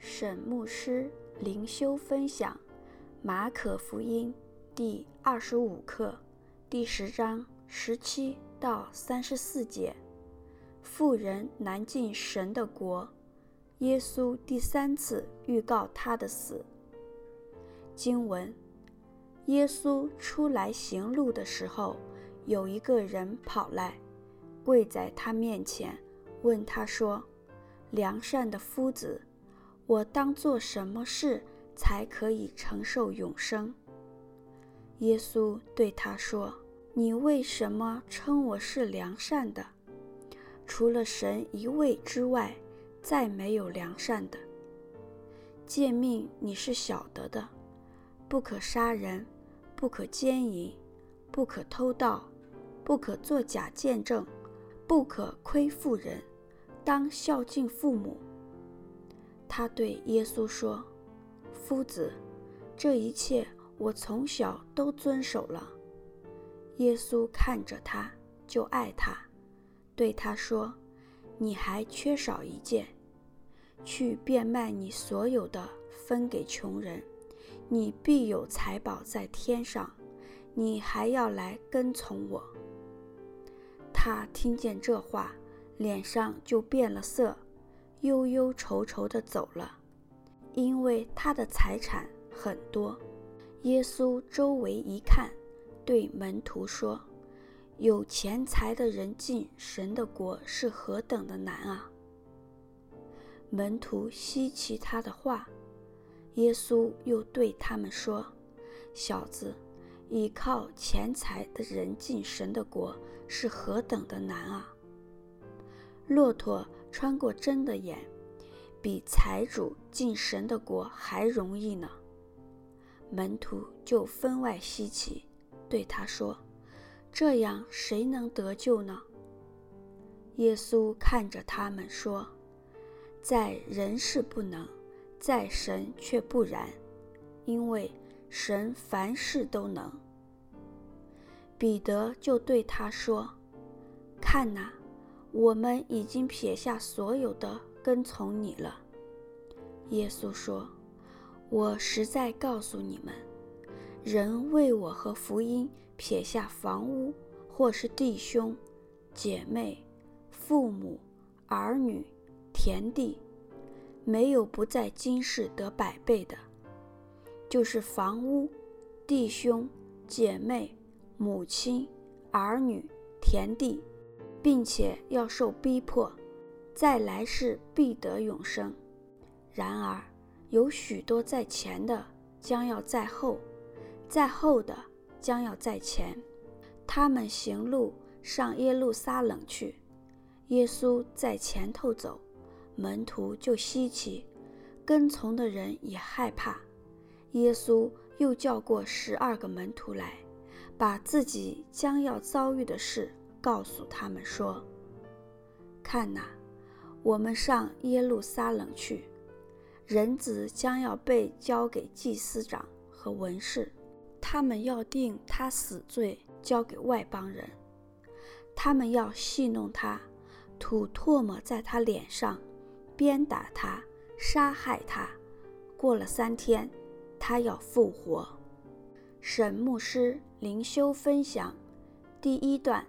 沈牧师灵修分享马可福音第25课第10章17到34节。妇人难进神的国，耶稣第3次预告他的死。经文：耶稣出来行路的时候，有一个人跑来，跪在他面前，问他说：良善的夫子，我当做什么事才可以承受永生？耶稣对他说：你为什么称我是良善的？除了神一位之外，再没有良善的。诫命你是晓得的，不可杀人，不可奸淫，不可偷盗，不可作假见证，不可亏负人，当孝敬父母。他对耶稣说：夫子，这一切我从小都遵守了。耶稣看着他，就爱他，对他说：你还缺少一件，去变卖你所有的，分给穷人，你必有财宝在天上，你还要来跟从我。他听见这话，脸上就变了色，忧忧愁愁地走了，因为他的财产很多。耶稣周围一看，对门徒说：有钱财的人进神的国是何等的难啊！门徒稀奇他的话。耶稣又对他们说：小子，倚靠钱财的人进神的国是何等的难啊！骆驼穿过针的眼，比财主进神的国还容易呢。门徒就分外稀奇，对他说：这样谁能得救呢？耶稣看着他们说：在人是不能，在神却不然，因为神凡事都能。彼得就对他说：看哪，我们已经撇下所有的，跟从你了。耶稣说：我实在告诉你们，人为我和福音撇下房屋，或是弟兄、姐妹、父母、儿女、田地，没有不在今世得100倍的，就是房屋、弟兄、姐妹、母亲、儿女、田地，并且要受逼迫，在来世必得永生。然而有许多在前的，将要在后；在后的，将要在前。他们行路上耶路撒冷去，耶稣在前头走，门徒就稀奇，跟从的人也害怕。耶稣又叫过12个门徒来，把自己将要遭遇的事告诉他们说：看哪，我们上耶路撒冷去，人子将要被交给祭司长和文士，他们要定他死罪，交给外邦人。他们要戏弄他，吐唾沫在他脸上，鞭打他，杀害他。过了3天，他要复活。沈牧师灵修分享第1段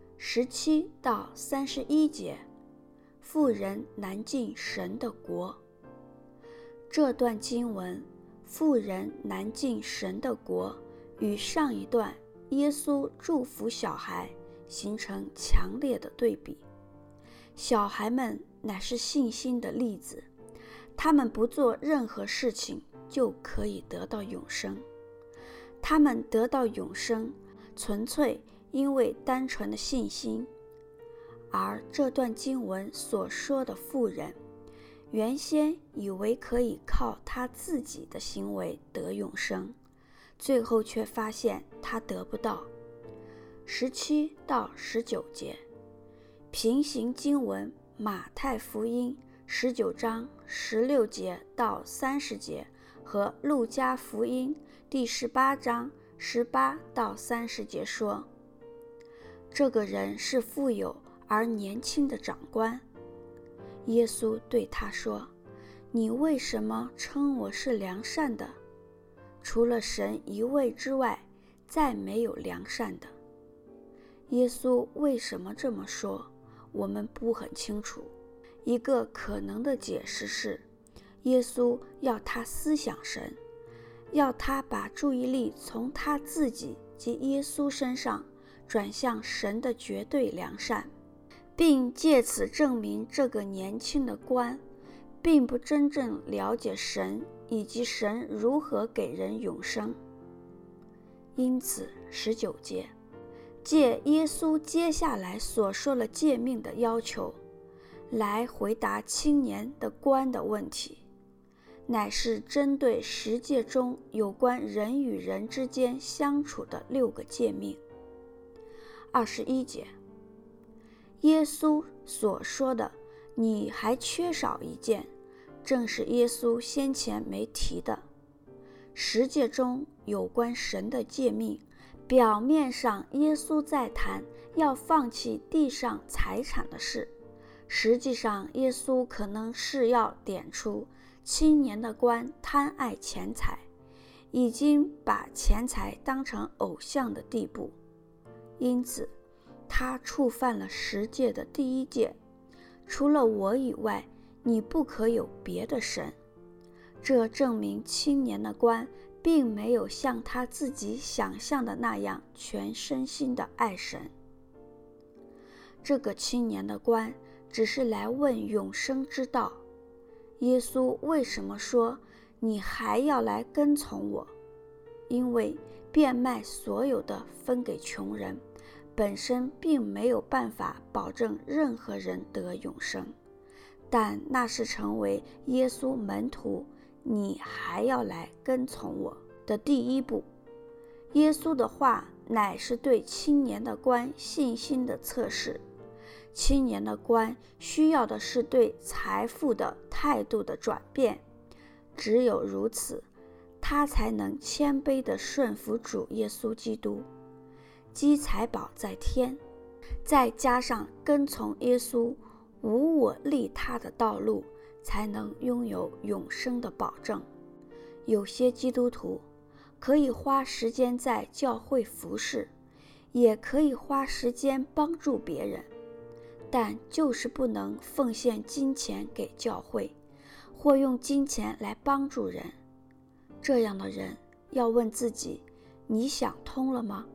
17到31节。妇人难进神的国。这段经文，妇人难进神的国，与上一段耶稣祝福小孩形成强烈的对比。小孩们乃是信心的例子，他们不做任何事情就可以得到永生。他们得到永生，纯粹因为单纯的信心。而这段经文所说的妇人，原先以为可以靠他自己的行为得永生，最后却发现他得不到。17到19节，平行经文马太福音19章16节到30节和路加福音第18章18到30节说，这个人是富有而年轻的长官。耶稣对他说： 你为什么称我是良善的？除了神一位之外，再没有良善的。耶稣为什么这么说，我们不很清楚。一个可能的解释是，耶稣要他思想神，要他把注意力从他自己及耶稣身上转向神的绝对良善，并借此证明这个年轻的官并不真正了解神以及神如何给人永生。因此19节借耶稣接下来所说的诫命的要求来回答青年的官的问题，乃是针对十诫中有关人与人之间相处的6个诫命。21节，耶稣所说的你还缺少一件，正是耶稣先前没提的。十诫中有关神的诫命，表面上耶稣在谈要放弃地上财产的事，实际上耶稣可能是要点出青年的官贪爱钱财，已经把钱财当成偶像的地步。因此他触犯了十诫的第一诫，除了我以外，你不可有别的神。这证明青年的官并没有像他自己想象的那样全身心的爱神。这个青年的官只是来问永生之道。耶稣为什么说你还要来跟从我？因为变卖所有的分给穷人，本身并没有办法保证任何人得永生，但那是成为耶稣门徒你还要来跟从我的第一步。耶稣的话乃是对青年的官信心的测试。青年的官需要的是对财富的态度的转变，只有如此，他才能谦卑地顺服主耶稣基督。积财宝在天，再加上跟从耶稣无我利他的道路，才能拥有永生的保证。有些基督徒可以花时间在教会服侍，也可以花时间帮助别人，但就是不能奉献金钱给教会，或用金钱来帮助人。这样的人要问自己，你想通了吗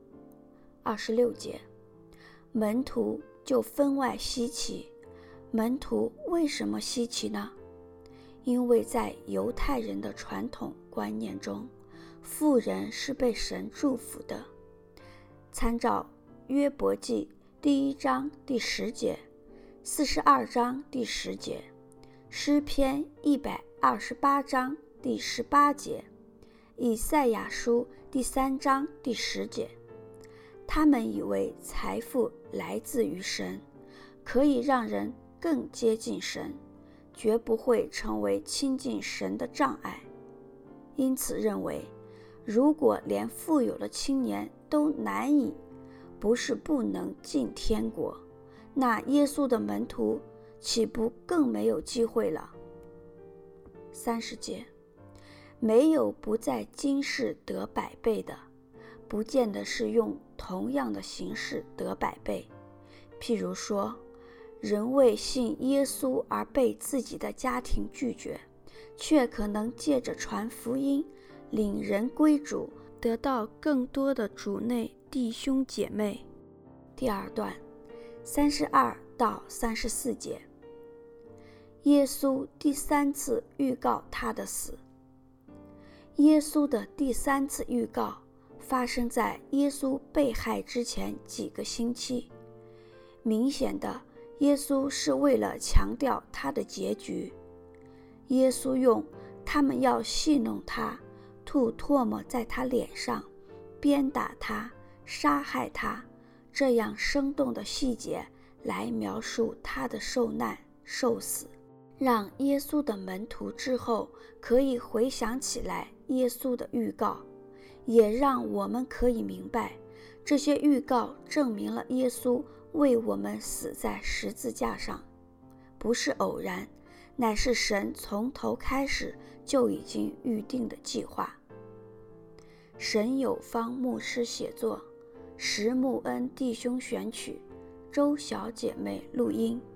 ？26节，门徒就分外稀奇。门徒为什么稀奇呢？因为在犹太人的传统观念中，富人是被神祝福的。参照约伯记第1章第10节，42章第10节，诗篇128章第18节，以赛亚书第3章第10节。他们以为财富来自于神，可以让人更接近神，绝不会成为亲近神的障碍。因此认为，如果连富有的青年都难以，不是不能进天国，那耶稣的门徒岂不更没有机会了？30节，没有不在今世得100倍的，不见得是用同样的形式得100倍。譬如说，人为信耶稣而被自己的家庭拒绝，却可能借着传福音领人归主，得到更多的主内弟兄姐妹。第2段32到34节，耶稣第3次预告他的死。耶稣的第3次预告发生在耶稣被害之前几个星期。明显的，耶稣是为了强调他的结局。耶稣用他们要戏弄他，吐唾沫在他脸上，鞭打他，杀害他，这样生动的细节来描述他的受难受死，让耶稣的门徒之后可以回想起来耶稣的预告，也让我们可以明白，这些预告证明了耶稣为我们死在十字架上，不是偶然， 乃是神从头开始就已经预定的计划。沈有方牧师写作，石木恩弟兄选曲，周小姐妹录音。